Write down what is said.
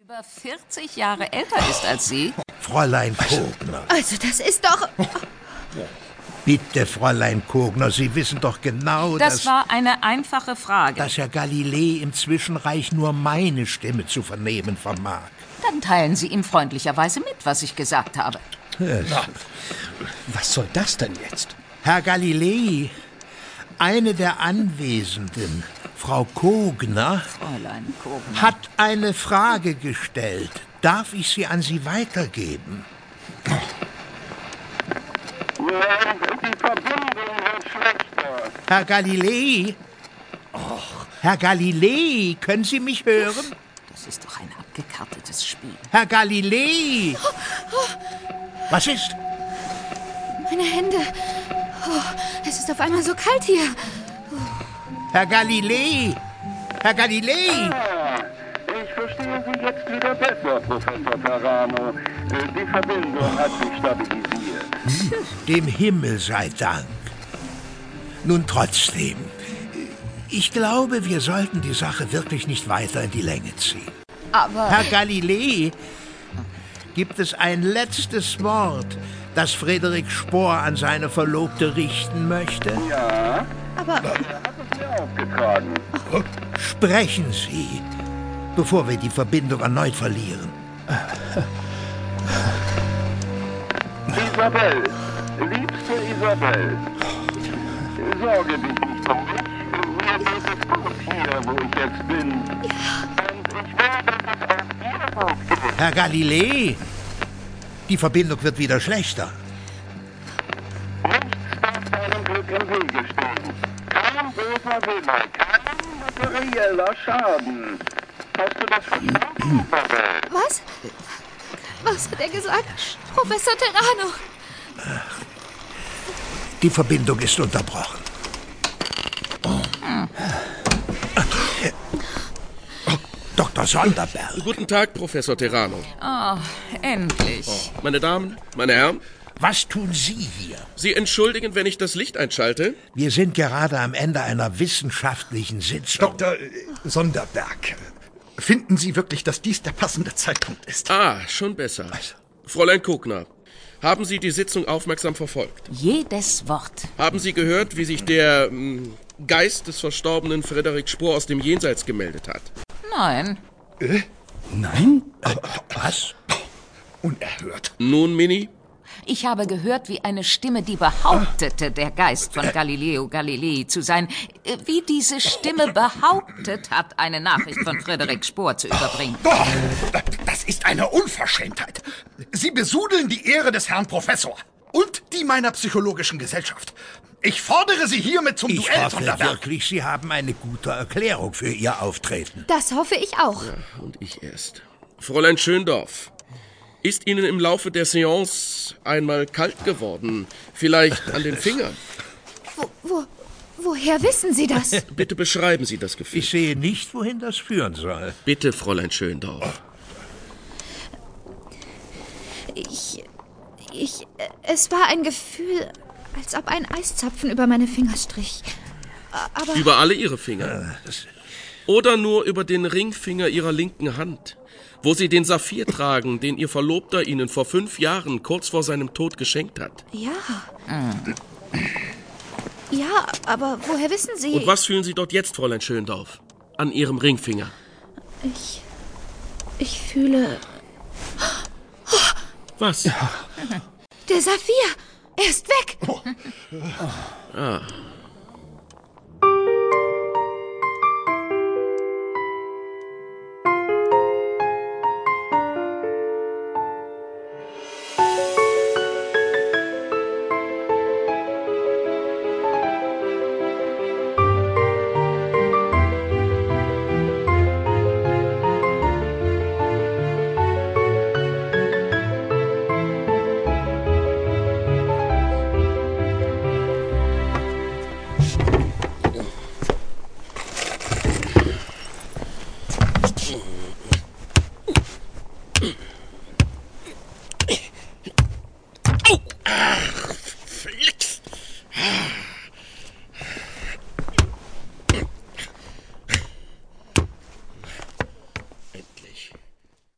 über 40 Jahre älter ist als Sie? Fräulein Kogner. Also das ist doch... Bitte, Fräulein Kogner, Sie wissen doch genau, Das war eine einfache Frage. dass Herr Galilei im Zwischenreich nur meine Stimme zu vernehmen vermag. Dann teilen Sie ihm freundlicherweise mit, was ich gesagt habe. Na, was soll das denn jetzt? Herr Galilei, eine der Anwesenden, Frau Kogner, Fräulein Kogner. hat eine Frage gestellt. Darf ich sie an Sie weitergeben? Die Verbindung wird schlechter. Herr Galilei? Herr Galilei, können Sie mich hören? Das ist doch ein abgekartetes Spiel. Herr Galilei! Was ist? Meine Hände. Oh, es ist auf einmal so kalt hier. Herr Galilei! Herr Galilei! Ich verstehe Sie jetzt wieder besser, Professor Terrano. Die Verbindung hat sich stabilisiert. Dem Himmel sei Dank. Nun trotzdem, ich glaube, wir sollten die Sache wirklich nicht weiter in die Länge ziehen. Aber... Herr Galilei, gibt es ein letztes Wort, das Frederik Spohr an seine Verlobte richten möchte? Ja, Aber er hat es mir aufgetragen. Sprechen Sie, bevor wir die Verbindung erneut verlieren. Isabel, liebste Isabel, sorge dich nicht um mich. Mir geht es gut hier, wo ich jetzt bin. Und ich will, dass es auch dir gut geht. Herr Galilei, die Verbindung wird wieder schlechter. Nichts darf deinem Glück im Wege stehen. Kein böser Wille, kein materieller Schaden. Hast du das verstanden, Isabel? was? Was hat er gesagt? Professor Terrano. Die Verbindung ist unterbrochen. Dr. Sonderberg, Guten Tag, Professor Terrano. Oh, endlich. Meine Damen, meine Herren, was tun Sie hier? Sie entschuldigen, wenn ich das Licht einschalte? Wir sind gerade am Ende einer wissenschaftlichen Sitzung. Dr. Sonderberg, finden Sie wirklich, dass dies der passende Zeitpunkt ist? Ah, schon besser. Fräulein Kogner, haben Sie die Sitzung aufmerksam verfolgt? Jedes Wort. Haben Sie gehört, wie sich der Geist des verstorbenen Frederik Spohr aus dem Jenseits gemeldet hat? Nein. Nein? Was? Unerhört. Nun, Mini, Ich habe gehört, wie eine Stimme, die behauptete, der Geist von Galileo Galilei zu sein, wie diese Stimme behauptet hat, eine Nachricht von Frederik Spohr zu überbringen. Doch, das ist eine Unverschämtheit. Sie besudeln die Ehre des Herrn Professor und die meiner psychologischen Gesellschaft. Ich fordere Sie hiermit zum Ich Duell, hoffe Sonderberg. wirklich, Sie haben eine gute Erklärung für Ihr Auftreten. Das hoffe ich auch. und ich erst. Fräulein Schöndorf, ist Ihnen im Laufe der Seance einmal kalt geworden? Vielleicht an den Fingern? Woher wissen Sie das? Bitte beschreiben Sie das Gefühl. Ich sehe nicht, wohin das führen soll. Bitte, Fräulein Schöndorf. Es war ein Gefühl, als ob ein Eiszapfen über meine Finger strich. Aber Über alle Ihre Finger? Oder nur über den Ringfinger Ihrer linken Hand, wo Sie den Saphir tragen, den Ihr Verlobter Ihnen vor 5 Jahren kurz vor seinem Tod geschenkt hat? ja. Ja, aber woher wissen Sie? Und was fühlen Sie dort jetzt, Fräulein Schöndorf? An Ihrem Ringfinger? Ich fühle... Was? Der Saphir! Er ist weg!